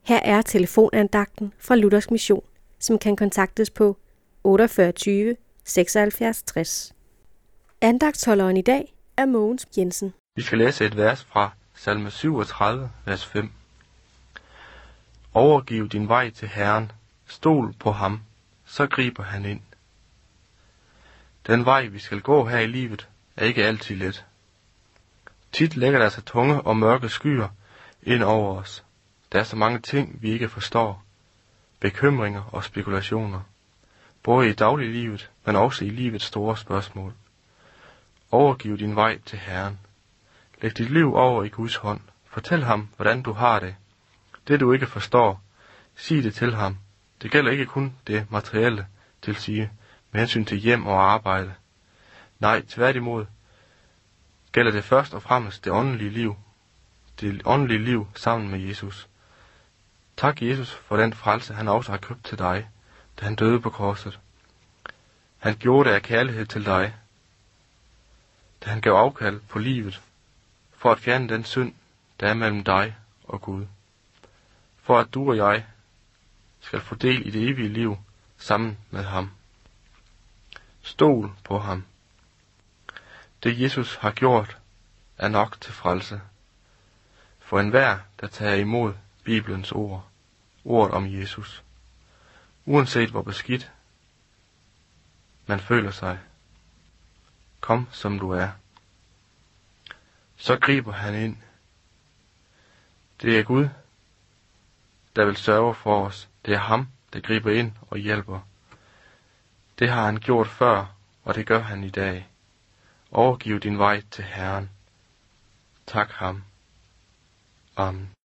Her er telefonandagten fra Luthersk Mission, som kan kontaktes på 48 20 76 60. Andagtsholderen i dag er Mogens Jensen. Vi skal læse et vers fra salme 37, vers 5. Overgiv din vej til Herren, stol på ham, så griber han ind. Den vej, vi skal gå her i livet, er ikke altid let. Tit lægger der sig tunge og mørke skyer ind over os. Der er så mange ting, vi ikke forstår. Bekymringer og spekulationer. Både i dagliglivet, men også i livets store spørgsmål. Overgiv din vej til Herren. Læg dit liv over i Guds hånd. Fortæl ham, hvordan du har det. Det du ikke forstår, sig det til ham. Det gælder ikke kun det materielle, til sige, med hensyn til hjem og arbejde. Nej, tværtimod gælder det først og fremmest det åndelige liv. Det åndelige liv sammen med Jesus. Tak Jesus for den frelse, han også har købt til dig, da han døde på korset. Han gjorde det af kærlighed til dig, da han gav afkald på livet, for at fjerne den synd, der er mellem dig og Gud. For at du og jeg skal få del i det evige liv sammen med ham. Stol på ham. Det Jesus har gjort, er nok til frelse. For enhver, der tager imod Bibelens ord, ordet om Jesus, uanset hvor beskidt man føler sig, kom som du er. Så griber han ind. Det er Gud, der vil sørge for os. Det er ham, der griber ind og hjælper. Det har han gjort før, og det gør han i dag. Overgiv din vej til Herren. Tak ham. Amen.